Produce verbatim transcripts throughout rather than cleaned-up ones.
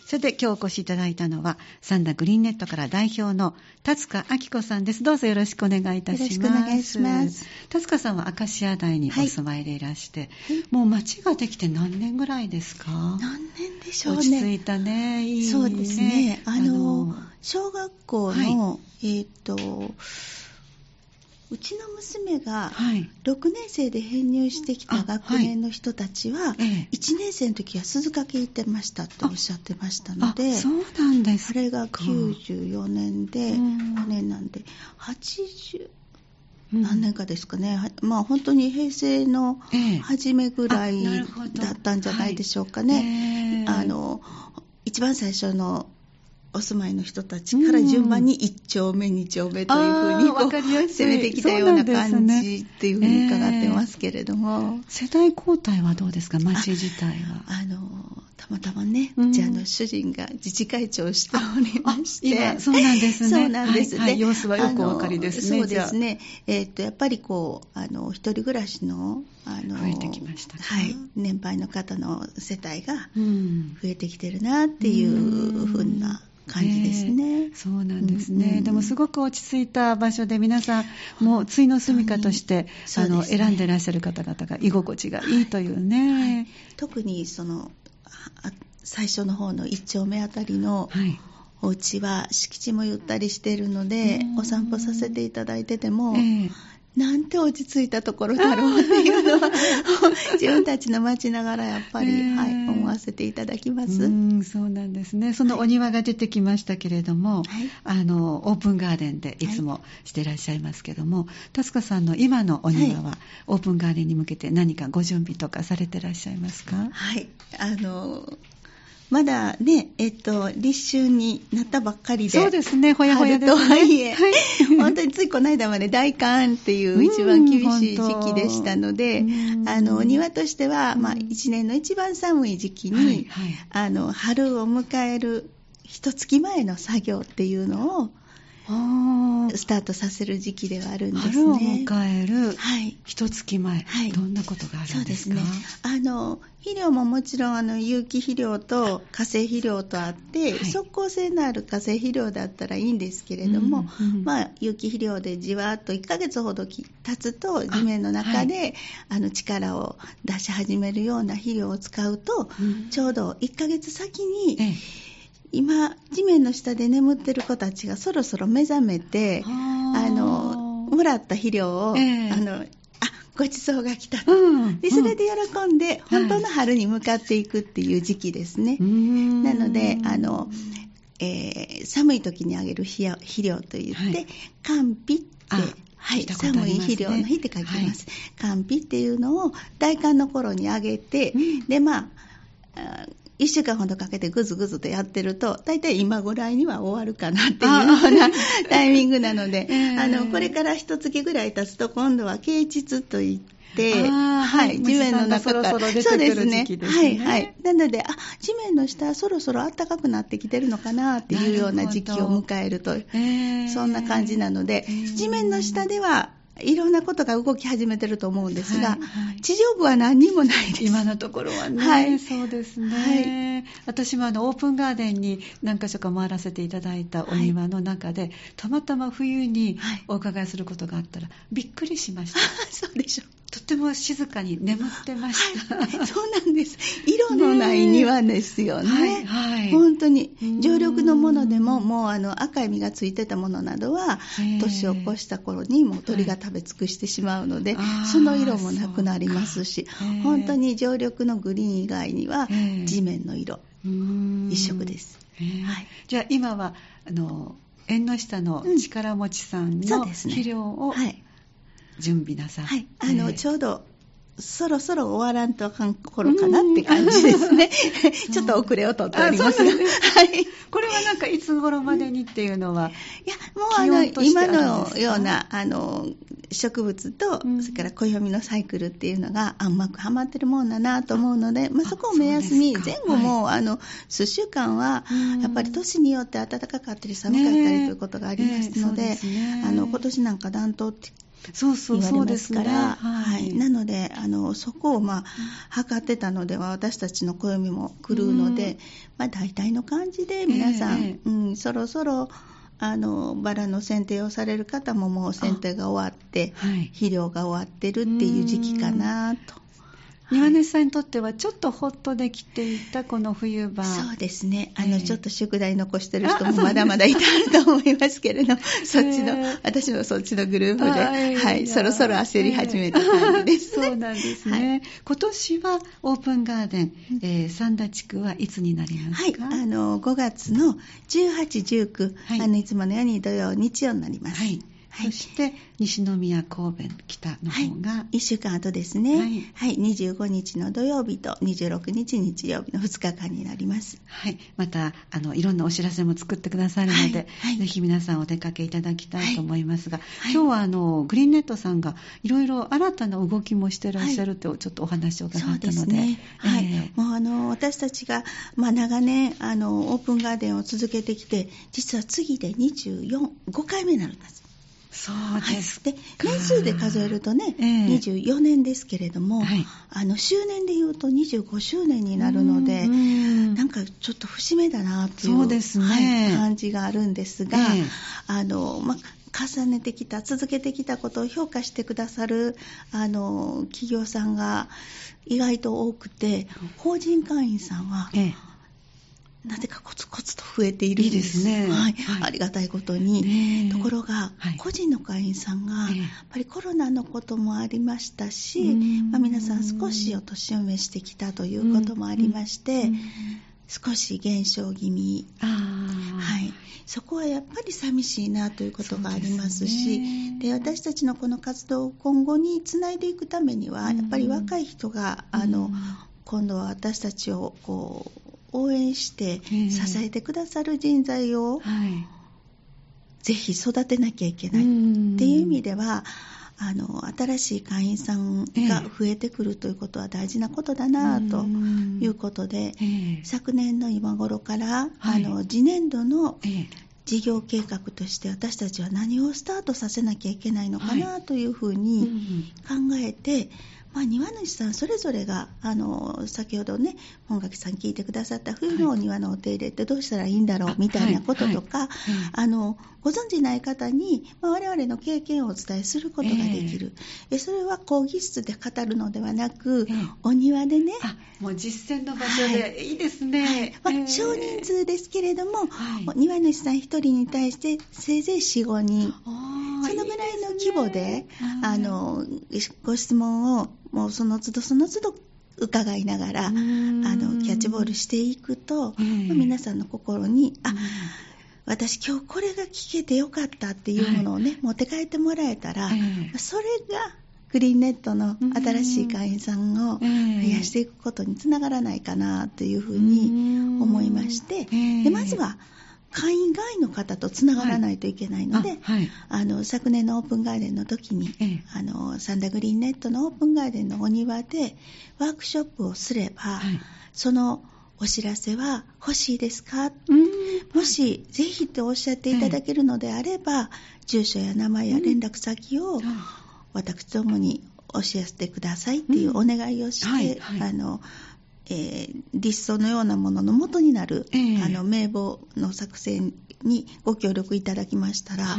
それで今日お越しいただいたのはサンダグリーンネットから代表の田塚明子さんです。どうぞよろしくお願いいたします。 よろしくお願いします。 田塚さんはアカシア台にお住まいでいらして、はい、もう町ができて何年ぐらいですか？ 何年でしょうね。 落ち着いたね。いいね。 そうですね。あの、あの小学校の、はい、えっ、ー、とうちの娘がろくねん生で編入してきた学年の人たちは、はい、いちねん生の時は鈴掛行ってましたっておっしゃってましたので、 あ、そうなんですか。 あれがきゅうじゅうよねんで、ごねんなんではちじゅう何年かですかね、うん、まあ本当に平成の初めぐらいだったんじゃないでしょうかね。はい、あの一番最初のお住まいの人たちから順番にいっ丁目に丁目というふうにこう攻めてきたような感じっていうふうに伺ってますけれども、 ね、世代交代はどうですか？町自体は。 ああのたまたまね、うちあの主人が自治会長をしておりまして、 今そうなんですね。 そうなんです、 はいはい、様子はよくお分かりですね。 そうですね。えー、っとやっぱりこうあの一人暮らしのあの増えてきましたか？ はい、年配の方の世帯が増えてきてるなっていうふうな感じですね。 えー、そうなんですね、うんうん、でもすごく落ち着いた場所で皆さんもうついの住みかとして、あの選んでいらっしゃる方々が居心地がいいというね、はいはい、 特にその最初の方のいっ丁目あたりのお家は敷地もゆったりしているので、はい、お散歩させていただいてても、えーなんて落ち着いたところだろうっていうのは自分たちの待ちながらやっぱり、えーはい、思わせていただきます。 うん、そうなんですね。そのお庭が出てきましたけれども、はい、あのオープンガーデンでいつもしていらっしゃいますけども、はい、田塚さんの今のお庭は、はい、オープンガーデンに向けて何かご準備とかされていらっしゃいますか？ はい、あのまだね、えっと、立春になったばっかりで。 そうですね、ほやほやですね。 春とはいえ、はい、本当についこの間まで大寒っていう一番厳しい時期でしたので、あの、お庭としては、まあ、一年の一番寒い時期に、はいはい、あの、春を迎える一月前の作業っていうのを、スタートさせる時期ではあるんですね。 春を迎える一月前、はい、どんなことがあるんですか？そうですね。 あの肥料ももちろんあの有機肥料と化成肥料とあって、はい、即効性のある化成肥料だったらいいんですけれども、うんうん、まあ、有機肥料でじわっといっかげつほど経つと地面の中であ、はい、あの力を出し始めるような肥料を使うと、うん、ちょうどいっかげつ先に、ええ、今地面の下で眠ってる子たちがそろそろ目覚めて、あのもらった肥料を、えー、あのあごちそうが来たと、うん、でそれで喜んで、うん、本当の春に向かっていくっていう時期ですね、はい、なのであの、えー、寒い時にあげる肥料、肥料といって、はい、寒肥ってはい、寒い肥料の日って書きます、はい、寒肥っていうのを大寒の頃にあげて、うん、でまあいっしゅうかんほどかけてぐずぐずとやってると大体今ぐらいには終わるかなっていうようなタイミングなので、えー、あのこれから一月ぐらい経つと今度は啓蟄といってはい、はい、地面の中からそろそろ出てくる時期ですね。はいはい、なのであ地面の下そろそろ暖かくなってきてるのかなっていうような時期を迎えると、えー、そんな感じなので、えー、地面の下ではいろんなことが動き始めてると思うんですが、はいはい、地上部は何にもないです。 今のところはね、はい、そうですね、はい、私もあのオープンガーデンに何か所か回らせていただいたお庭の中で、はい、たまたま冬にお伺いすることがあったら、はい、びっくりしました。 そうでしょう。 とっても静かに眠ってました、はい、 そうなんです。色のない庭ですよね、はいはい、本当に常緑のものでももうあの赤い実がついてたものなどは年を越した頃にもう鳥が食べ尽くしてしまうので、はい、その色もなくなりますし、本当に常緑のグリーン以外には地面の色一色です、 はい、じゃあ今はあの縁の下の力持ちさんの肥料を、うん、はい準備なさって、はい、 あのちょうどそろそろ終わらんとあかん頃かなって感じですね。ちょっと遅れをとっておりますが、はい、 これはなんかいつ頃までにっていうのは、いやもうあの今のようなあの植物と、うん、それから暦のサイクルっていうのがあんまくはまってるもんだなと思うので、まあ、そこを目安に前後も、はい、あの数週間はやっぱり年によって暖かかったり寒かったりということがありますので、ね、あの今年なんか暖冬って言われますから、はい、なのであのそこを、まあ、測ってたのでは私たちの暦も狂うので、まあ、大体の感じで皆さん、えーうん、そろそろあのバラの剪定をされる方ももう剪定が終わって、はい、肥料が終わってるっていう時期かなと。 庭主さんにとってはちょっとホッとできていたこの冬場。 そうですね、あの、えー、ちょっと宿題残してる人もまだまだいたと思いますけれど、そっちの、えー、私もそっちのグループで、はい、そろそろ焦り始めた感じですね。 そうなんですね、はい、今年はオープンガーデン、えー、三田地区はいつになりますか？ はい、あのごがつのじゅうはち、じゅうく、はい、あのいつものように土曜日曜になります。 はいはい、そして西宮神戸北の方が、 はい、いっしゅうかんごですね、はいはい、にじゅうごにちの土曜日とにじゅうろくにち日曜日のふつかかんになります。 はい、またあのいろんなお知らせも作ってくださるので、はいはい、ぜひ皆さんお出かけいただきたいと思いますが、はい、今日はあのグリーンネットさんがいろいろ新たな動きもしてらっしゃると、はい、ちょっとお話を伺ったので、そうですね、 えーはい、もうあの私たちが、まあ、長年あのオープンガーデンを続けてきて、実は次でにじゅうよん、ごかいめになるんです。 そうですか、 はい、で年数で数えるとね、えー、にじゅうよねんですけれども、はい、あの周年でいうとにじゅうごしゅうねんになるので、なんかちょっと節目だなという、そうですね、はい、感じがあるんですが、えーあのま、重ねてきた続けてきたことを評価してくださるあの企業さんが意外と多くて、法人会員さんは、えーなぜかコツコツと増えているんです。 いいですね、 はいはい、ありがたいことに、ところが、はい、個人の会員さんが、やっぱりコロナのこともありましたし、まあ、皆さん少しお年を召してきたということもありまして、少し減少気味、はい、そこはやっぱり寂しいなということがありますし、で、で私たちのこの活動を今後につないでいくためには、やっぱり若い人があの今度は私たちをこう応援して支えてくださる人材をぜひ育てなきゃいけないっていう意味では、あの新しい会員さんが増えてくるということは大事なことだなということで、昨年の今頃から、あの次年度の事業計画として私たちは何をスタートさせなきゃいけないのかなというふうに考えて、まあ、庭主さんそれぞれがあの先ほどね本垣さん聞いてくださった冬のお庭のお手入れってどうしたらいいんだろうみたいなこととか、はいはいはい、あのご存じない方に、まあ、我々の経験をお伝えすることができる、えー、それは講義室で語るのではなく、えー、お庭でね、 あもう実践の場所で、はい、いいですね、はいまあえー、少人数ですけれども、はい、庭主さんひとりに対してせいぜい よん、ごにんそのぐらいの規模で、あのご質問をもうその都度その都度伺いながらあのキャッチボールしていくと、えー、皆さんの心にあ私今日これが聞けてよかったっていうものをね、はい、持って帰ってもらえたら、えー、それがグリーンネットの新しい会員さんを増やしていくことにつながらないかなというふうに思いまして、えー、でまずは会員外の方とつながらないといけないので、はいあはい、あの昨年のオープンガーデンの時に、ええ、あのサンダグリーンネットのオープンガーデンのお庭でワークショップをすれば、はい、そのお知らせは欲しいですか、もしぜひとおっしゃっていただけるのであれば、ええ、住所や名前や連絡先を私どもに教えてくださいっていうお願いをして、うんはいはい、あのえー、リストのようなものの元になる、えー、あの名簿の作成にご協力いただきましたら、はい、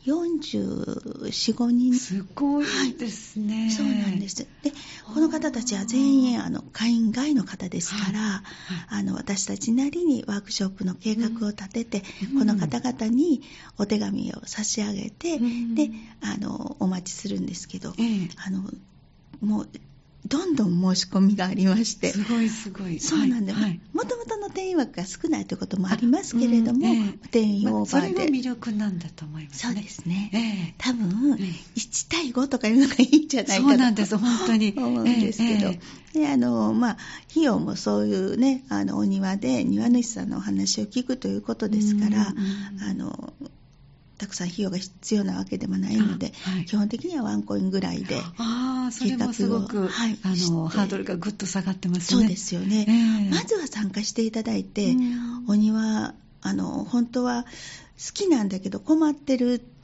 よんじゅうよん、ごにんすごいですね、 はい、そうなんです。でこの方たちは全員あの会員外の方ですから、はいはい、あの私たちなりにワークショップの計画を立てて、うん、この方々にお手紙を差し上げて、うん、であのお待ちするんですけど、えー、あのもうどんどん申し込みがありまして、 すごいすごい、 そうなんです、はい、もともとの定員枠が少ないということもありますけれども、うんえー、定員オーバーで、 まあ、それが魅力なんだと思いますね。 そうですね、えー、多分、えー、いちたいごとかいうのがいいんじゃないかとそうなんです本当に思うんですけど、えーえー、であのまあ、費用もそういうねあのお庭で庭主さんのお話を聞くということですから、あのたくさん費用が必要なわけでもないので、はい、基本的にはワンコインぐらいであそれもすごく、はい、あのハードルがぐっと下がってますね。 そうですよね、えー、まずは参加していただいて、お庭あの本当は好きなんだけど困ってる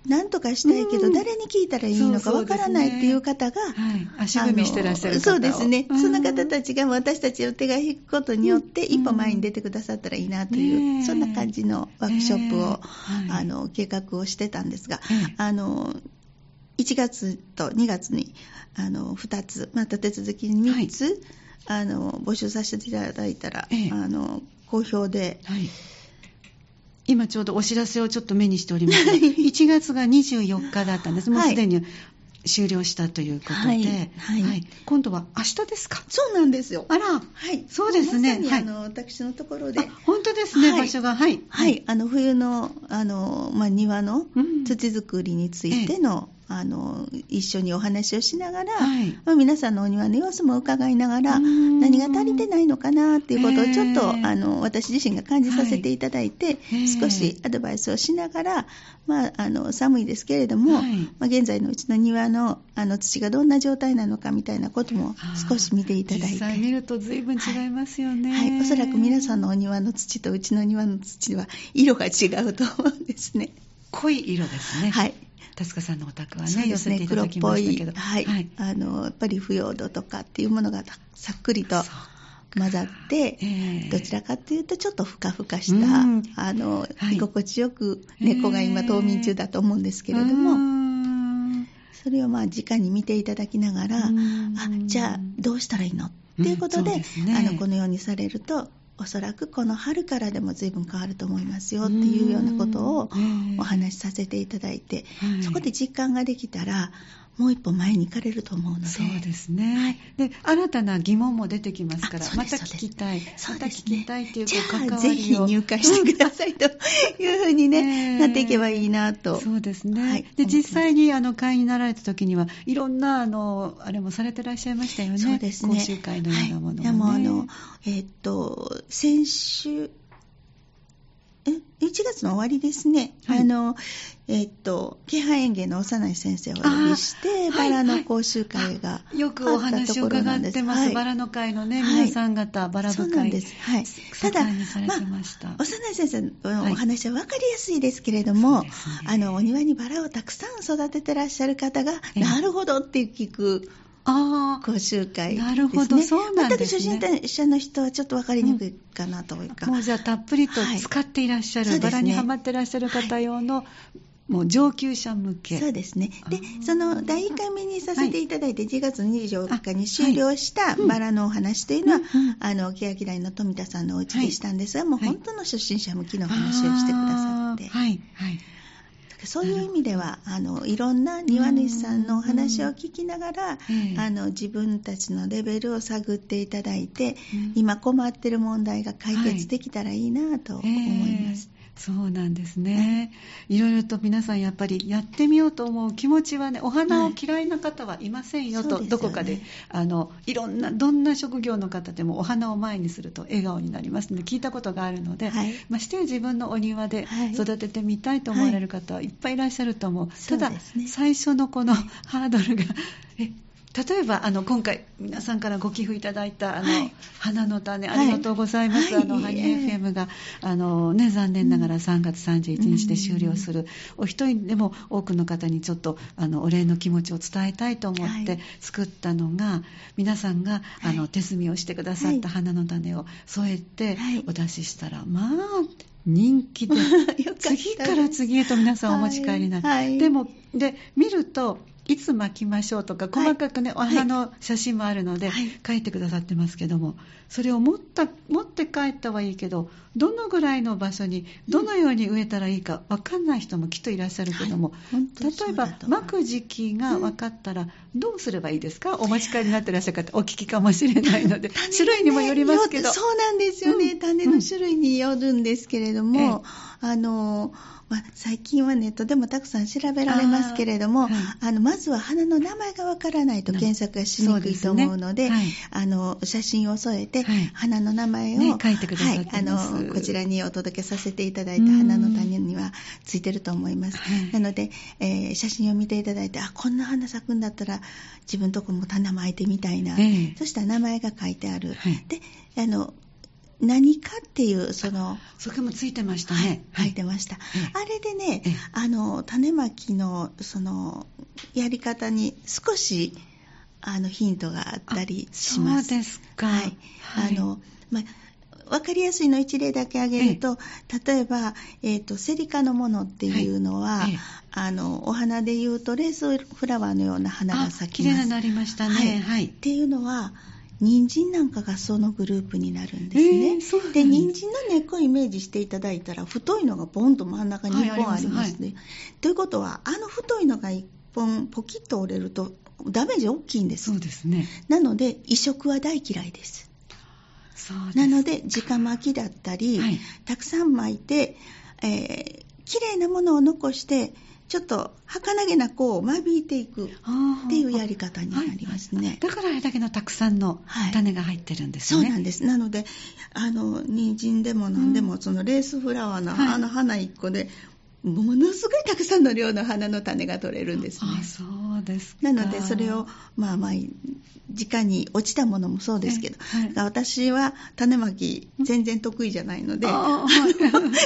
なんとかしたいけど、誰に聞いたらいいのかわからないっていう方が、 はい、足踏みしてらっしゃる方を。 そうですね、その方たちが私たちの手が引くことによって、一歩前に出てくださったらいいなという、うん、そんな感じのワークショップを、はい、あの計画をしてたんですが、あのいちがつとにがつにあのふたつ、また手続きにみっつ、はい、あの募集させていただいたら、ええ、あの好評で、はい、 今ちょうどお知らせをちょっと目にしておりますがいちがつがにじゅうよっかだったんです。もうすでに終了したということで、はいはいはい、今度は明日ですか？ そうなんですよ。 あら、はい、そうですね。 まさにあの、はい、私のところで、 本当ですね、 はい、 場所が、はい、 はい、あの冬のあの、まあ、庭の土作りについての、うん、あの一緒にお話をしながら、はいまあ、皆さんのお庭の様子も伺いながら、何が足りてないのかなっていうことをちょっとあの私自身が感じさせていただいて、はい、少しアドバイスをしながら、まあ、あの寒いですけれども、はいまあ、現在のうちの庭 の, あの土がどんな状態なのかみたいなことも少し見ていただいて、 実際見ると随分違いますよね、 はいはい、おそらく皆さんのお庭の土とうちの庭の土は色が違うと思うんですね。 濃い色ですね。はい田塚さんのお宅はね、 そうですね、 寄せていただきましたけど、 黒っぽい、はいはい、あのやっぱり腐葉土とかっていうものがさっくりと混ざって、えー、どちらかというとちょっとふかふかした、うん、あの、はい、居心地よく猫が今冬眠中だと思うんですけれども、えー、それをまあ直に見ていただきながら、あじゃあどうしたらいいのっていうことで、うん、ね、あのこのようにされるとおそらくこの春からでも随分変わると思いますよっていうようなことをお話しさせていただいて、はい、そこで実感ができたらもう一歩前に行かれると思うので。 そうですね、はい、で新たな疑問も出てきますから、また聞きたい、また聞きたいっていう関わりを、 ぜひ入会してくださいというふうに、ねえー、なっていけばいいなと。 そうですね、はい、で実際にあの会員になられた時にはいろんなあのあれもされてらっしゃいましたよね。 そうですね、 講習会のようなものもね、はい、 でもあの、えー、っと先週いちがつの終わりですね、はい、あのえっと京阪園芸の幼い先生をお呼びしてバラの講習会が、 はいはい、よくお話を伺ってます、はい、バラの会のね、はい、皆さん方バラ部会、 そうなんです、はい、ただ、 まあ、 幼い先生のお話は分かりやすいですけれども、はい、あのお庭にバラをたくさん育ててらっしゃる方が、えー、なるほどって聞くあ講習会ですね。 なるほど、そうなんですね。 全く初心者の人はちょっと分かりにくいかなというか、 うん、もうじゃあたっぷりと使っていらっしゃる、はい、バラにハマってらっしゃる方用の、はい、もう上級者向け。 そうですね。でそのだいいっかいめにさせていただいて、はい、いちがつにじゅうよっかに終了したバラのお話というのは、はいうん、あの欅台の富田さんのお家でしたんですが、はい、もう本当の初心者向きの話をしてくださって、はいはいそういう意味ではあのいろんな庭主さんのお話を聞きながら、あの自分たちのレベルを探っていただいて、今困っている問題が解決できたらいいなと思います、はい。 そうなんですね、はい、いろいろと皆さんやっぱりやってみようと思う気持ちはね、お花を嫌いな方はいませんよと、はい、どこかであのいろんなどんな職業の方でもお花を前にすると笑顔になりますので聞いたことがあるので、はい、まして自分のお庭で育ててみたいと思われる方はいっぱいいらっしゃると思う、はい、ただ、ね、最初のこのハードルがえ例えばあの今回皆さんからご寄付いただいたあの、はい、花の種ありがとうございます、はい、あのハニー エフエム があの、ね、残念ながらさんがつさんじゅういちにちで終了する、うん、お一人でも多くの方にちょっとあのお礼の気持ちを伝えたいと思って作ったのが、はい、皆さんがあの手摘みをしてくださった花の種を添えてお出ししたら、はい、まあ人気で次から次へと皆さんお持ち帰りになる、はいはい、でもで見るといつ巻きましょうとか細かくね、はい、お花の写真もあるので、はい、書いてくださってますけども、それを持った持って帰ったはいいけどどのぐらいの場所にどのように植えたらいいか分かんない人もきっといらっしゃるけども、はい、例えば巻く時期が分かったらどうすればいいですか、うん、お持ち帰りになってらっしゃる方お聞きかもしれないので種類にもよりますけど、 そうなんですよね、うん、種の種類によるんですけれども、うん、あのまあ、最近はネットでもたくさん調べられますけれども、あ、はい、あのまずは花の名前がわからないと検索がしにくいと思うので、ねはい、あの写真を添えて、はい、花の名前を、ね、 書いてくださってます、はい、 あのこちらにお届けさせていただいた花の種にはついてると思います、はい、なので、えー、写真を見ていただいて、あこんな花咲くんだったら自分のとこも種まいてみたいな、えー、そしたら名前が書いてある、はい、であの何かっていうそのそれもついてましたね。 はい、書いてました。あれでね、あの種まきのそのやり方に少しあのヒントがあったりします。 そうですか。 はい。はい、あのま分かりやすいの一例だけ挙げると、例えば、えーと、セリ科のものっていうのは、はい、あのお花でいうとレースフラワーのような花が咲きます。 きれいになりましたね。はい。はい、 っていうのは人参なんかがそのグループになるんですね。 えー、そうなんで、人参の根っこをイメージしていただいたら太いのがポンと真ん中にいっぽんありますね。はい、ということはあの太いのがいっぽんポキッと折れるとダメージ大きいんです。 そうですね。 なので移植は大嫌いです。なので直巻きだったり、はい、たくさん巻いて、えー、きれいなものを残してちょっと儚げな子を間引いていくっていうやり方になりますね。はい、 だからあれだけのたくさんの種が入ってるんですね。 はい、そうなんです。なのであの人参でも何でも、うん、そのレースフラワーの、はい、あの花いっこでものすごいたくさんの量の花の種が取れるんですね。 あ、そうですか。 なのでそれをまあまあ直に落ちたものもそうですけど、はい、私は種まき全然得意じゃないので、はい、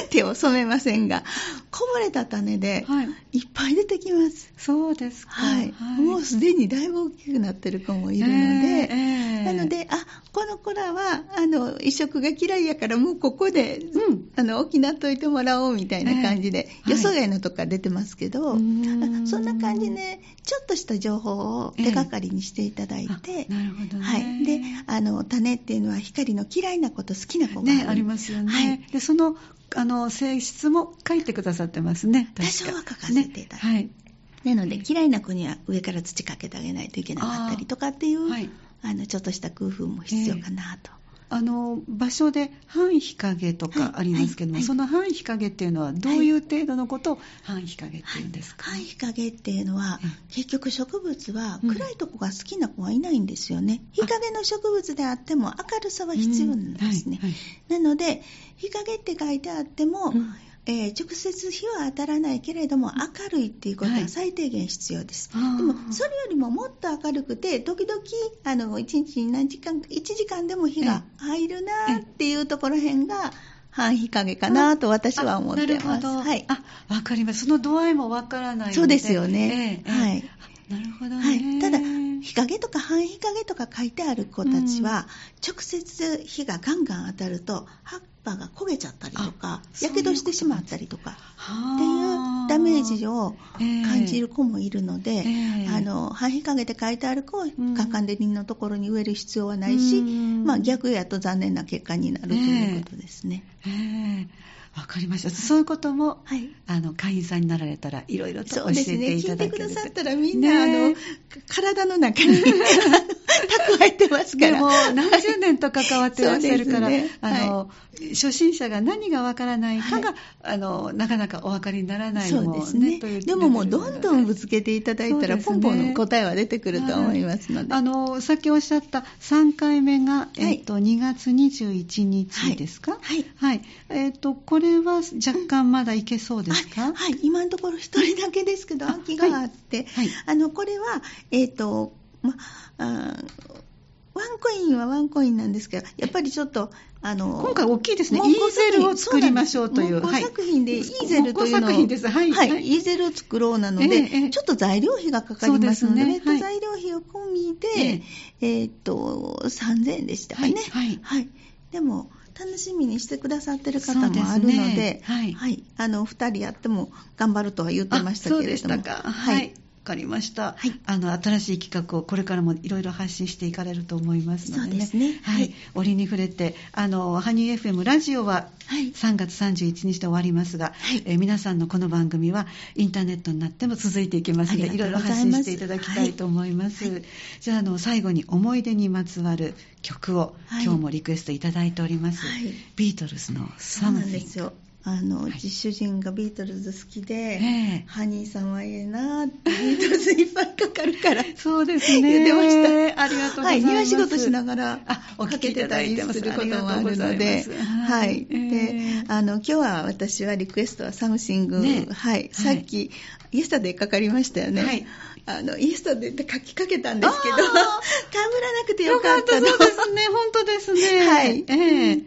手を染めませんが、こぼれた種でいっぱい出てきます。 そうですか。 はいはい、もうすでにだいぶ大きくなってる子もいるので、えーえー、なのであこの子らはあの移植が嫌いやからもうここで、うん、あの補っといてもらおうみたいな感じで、えー、予想外のとこから出てますけど、はい、そんな感じでちょっとした情報を手がかりにしていただいて、えー、 なるほどね。 はい、であの種っていうのは光の嫌いな子と好きな子がある、 ね、ありますよね。はい、でそのあの性質も書いてくださってますね。 多少は書かせていただいて、ね、はい、なので嫌いな子には上から土かけてあげないといけなかったりとかっていう、はい、あのちょっとした工夫も必要かなと。えーあの場所で半日陰とかありますけども、はいはいはい、その半日陰っていうのはどういう程度のことを半日陰っていうんですか？ はい、半日陰っていうのは、結局植物は暗いとこが好きな子はいないんですよね。うん、日陰の植物であっても明るさは必要なんですね。うんはいはい、なので日陰って書いてあっても、うんえー、直接日は当たらないけれども明るいっていうことは最低限必要です。はい、でもそれよりももっと明るくて時々あのいちにちに何時間いちじかんでも日が入るなっていうところへんが半日陰かなと私は思ってます。 なるほど。 はい。 あ、わかります。その度合いもわからないので。 そうですよね。えーえー、はい。 なるほどね。 はい、ただ日陰とか半日陰とか書いてある子たちは、うん、直接日がガンガン当たると葉っぱが焦げちゃったりとかやけどしてしまったりとかっていうダメージを感じる子もいるので、えーえー、あの半日陰で書いてある子をカカンデリンのところに植える必要はないし、うんまあ、逆やと残念な結果になるということですね。 えーえーわかりました。そういうことも、はい、あの会員さんになられたらいろいろと教えていただける。そうですね。聞いてくださったらみんな、ね、あの体の中に蓄えてますから。 でも何十年と関わっていらっしゃるから、ね、あの、はい、初心者が何がわからないかが、はい、あのなかなかお分かりにならないのも、ね、そうですね。というでももうどんどんぶつけていただいたら、ね、ポンポンの答えは出てくると思いますので。 はい、あのさっきおっしゃったさんかいめが、えっと、にがつにじゅういちにちですか？ はい。 はい。えっとこれは若干まだいけそうですか？ うん、はい、今のところ一人だけですけど空きがあって、はいはい、あのこれはえっとまあワンコインはワンコインなんですけど、やっぱりちょっとあの今回大きいですね。イーゼルを作りましょうという木工作品でイーゼルというのを、 はい、です、はいはいはい、イーゼルを作ろうなので、えーえー、ちょっと材料費がかかりますので、ねはい、材料費を込みで、えーえー、っとさんぜんえんでしたかね。はいはいはい、でも楽しみにしてくださってる方もあるの で, で、ねはいはい、あのふたりやっても頑張るとは言ってましたけれども。 そうでしたか。はい、はいわかりました、はい、あの新しい企画をこれからもいろいろ発信していかれると思いますのでね。 そうですね、 はいはい、折に触れてあのハニー エフエム ラジオはさんがつさんじゅういちにちで終わりますが、はいえー、皆さんのこの番組はインターネットになっても続いていきますのでいろいろ発信していただきたいと思います、はい、じゃあ、 あの最後に思い出にまつわる曲を、はい、今日もリクエストいただいております、はい、ビートルズの Something。 そうなんですよ。あの、はい、実主人がビートルズ好きで、えー、ハニーさんはええなってビートルズいっぱいかかるからそうですね言ってました。 ありがとうございます。 はい、庭仕事しながらかけてたりすることもあるので、はい、えー、であの今日は私はリクエストはサムシング、ねはい、さっき、はい、イエスタデーかかりましたよね。はいあのイエスタデーって書きかけたんですけどかぶらなくてよかったの。 そうですね本当ですね。 はい、えー、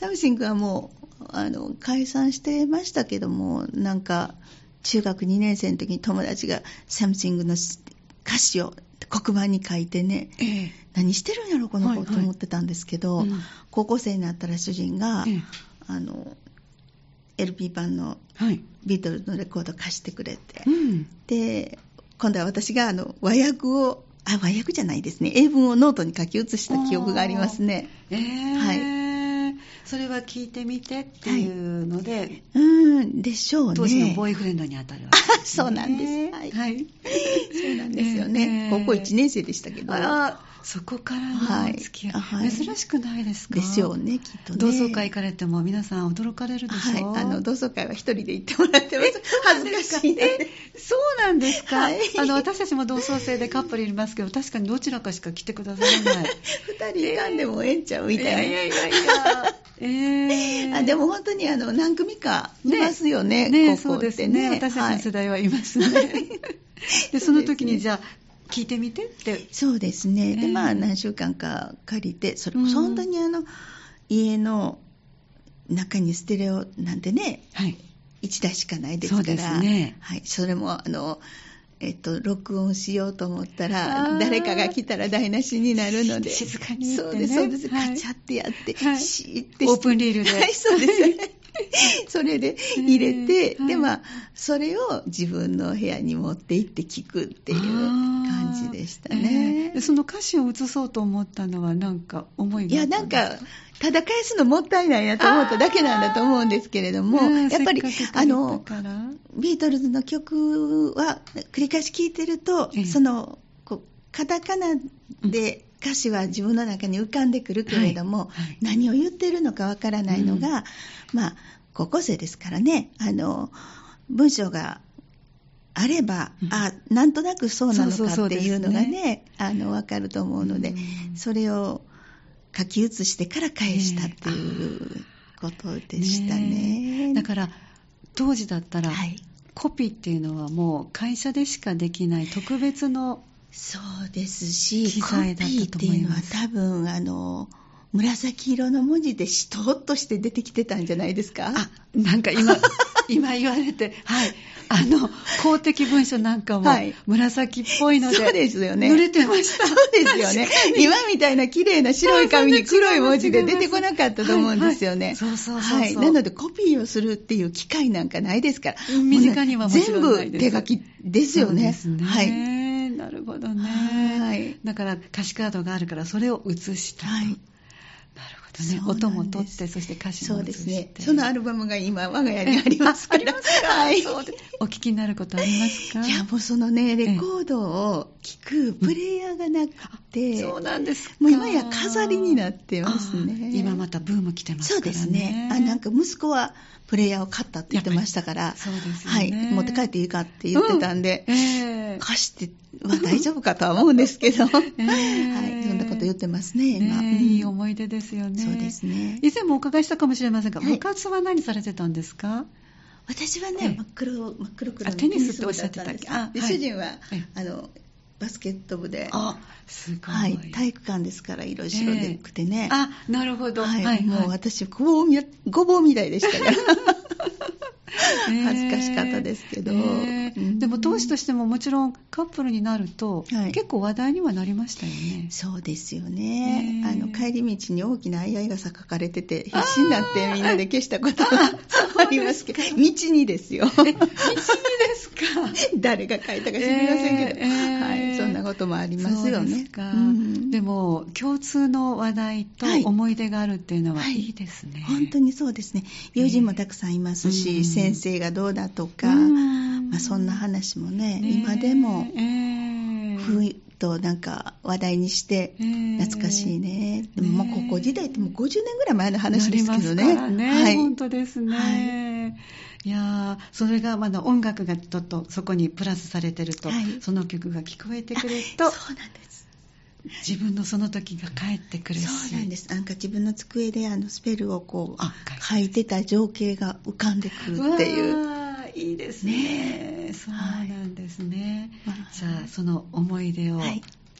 サムシングはもうあの解散してましたけども、なんか中学にねん生の時に友達がサムシングの歌詞を黒板に書いてね、ええ、何してるんやろこの子、はいはい、と思ってたんですけど、うん、高校生になったら主人が、ええ、あの エルピー 版のビートルズのレコード貸してくれて、うん、で今度は私があの和訳をあ和訳じゃないですね、英文をノートに書き写した記憶がありますね。 えー、はい、それは聞いてみてっていうので、はい、 うんでしょうね。 当時のボーイフレンドに当たるわけです、ね、 そうなんです、はいはい、そうなんですよね、 えー、 高校いちねん生でしたけど、 あそこからの付き合い、はい、珍しくないですか？ ですよね、きっとね。 同窓会行かれても皆さん驚かれるでしょ？ はい、あの同窓会は一人で行ってもらってます。恥ずかしいんで。 え、そうなんですか？ はい、 あの私たちも同窓生でカップルいますけど、確かにどちらかしか来てくださらない。 二人いかんでもええんちゃうみたいな。 いやいやいやいや。えー、 あでも本当にあの何組かいますよね。 ね、 高校ってね。 そうですね。私たちの世代はいますね。はい、でその時にじゃあ。聞いてみてって。 そうですね、でまあ何週間か借りて、それこそ本当にあの、うん、家の中にステレオなんてね、はい、いちだいしかないですから、 そうですね、 はい、それもあのえっと、録音しようと思ったら誰かが来たら台無しになるので、 静かに言ってね、 そうですそうです、はい、カチャってやって、はい、シーってオープンリールで、 はい、そうですそれで入れて、はい、でまあそれを自分の部屋に持って行って聞くっていう感じでしたね、 えー、その歌詞を移そうと思ったのは何か思いがあったんですか？ いやなんかただ返すのもったいないなと思っただけなんだと思うんですけれども、やっぱりあのビートルズの曲は繰り返し聴いてると、ええ、そのこうカタカナで歌詞は自分の中に浮かんでくるけれども、はいはい、何を言ってるのかわからないのが、うん、まあ高校生ですからね、あの文章があれば、うん、あなんとなくそうなのかっていうのがね、あのわかると思うので、うん、それを書き写してから返したっていうことでしたね。 ね、だから当時だったら、はい、コピーっていうのはもう会社でしかできない特別のそうですし、コピーっていうのは多分あの紫色の文字でしとっとして出てきてたんじゃないですか？あ、 なんか今今言われて、はい、あの公的文書なんかも紫っぽいので、 はい、そうですよね、 濡れてました。 そうですよね。今みたいな綺麗な白い紙に黒い文字で出てこなかったと思うんですよね。はいはい、 そうそうそうそう、 はい、なのでコピーをするっていう機会なんかないですから、 身近にはもちろんないです。 全部手書きですよね。 そうですね、 はい、 なるほどね、 はい、 だから歌詞カードがあるからそれを写したと、はい、なるほどね、音も取って、そして歌詞も写して、そうですね、 そのアルバムが今我が家にありますから。ありますか？はい、 そうでお聞きになることありますか？ いやもうそのねレコードを聴くプレイヤーがなくて、 うん、そうなんですか。 もう今や飾りになってますね。 今またブーム来てますからね。 そうですね、あなんか息子はプレイヤーを買ったって言ってましたから、 そうですよね、はい、持って帰っていいかって言ってたんで、うんえー、貸しては大丈夫かとは思うんですけど、えーはい、そんなこと言ってますね今、 ね、いい思い出ですよね。 そうですね。 以前もお伺いしたかもしれませんが、はい、部活は何されてたんですか？ 私はね、真っ黒真っ黒黒のテニスっておっしゃってたっけ？ あで、はい、主人はあのバスケット部で、 あすごい、 はい、体育館ですから色白でくてね、 えー、あなるほど、 はいはい、もう私ごぼうみごぼうみたいでしたから恥ずかしかったですけど、えーうん、でも当時としてももちろんカップルになると、はい、結構話題にはなりましたよね。 そうですよね、えー、あの帰り道に大きな相合い傘書かれてて必死になってみんなで消したことがありますけど、道にですよ。 道にですか？ 誰が書いたか知りませんけど、えーはい、そんなこともありますよね。 そうですか、うん、でも共通の話題と思い出があるっていうのはいいですね、 はいはい、本当にそうですね。友人もたくさんいますし、えー、先生がどうだとか、まあ、そんな話も ね, ね今でもふいとなんか話題にして懐かしいね、えー、でももう高校時代ってもうごじゅうねんぐらい前の話ですけどね。 なりますからね、はい、本当ですね、はい、いやそれがまだ音楽がちょっとそこにプラスされてると、はい、その曲が聞こえてくると、 そうなんです、 自分のその時が帰ってくるし、 そうなんです。なんか自分の机であのスペルをこう書いてた情景が浮かんでくるっていう。 わいいですね。そうなんですね。はい、じゃあその思い出を、はい、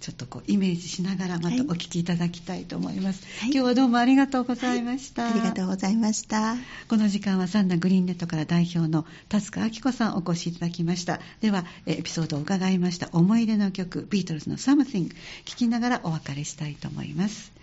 ちょっとこうイメージしながらまたお聞きいただきたいと思います、 はい、 今日はどうもありがとうございました、 はい、ありがとうございました。 この時間はサンナグリーンネットから代表の田塚明子さんお越しいただきました。ではエピソードを伺いました思い出の曲ビートルズの Something 聞きながらお別れしたいと思います。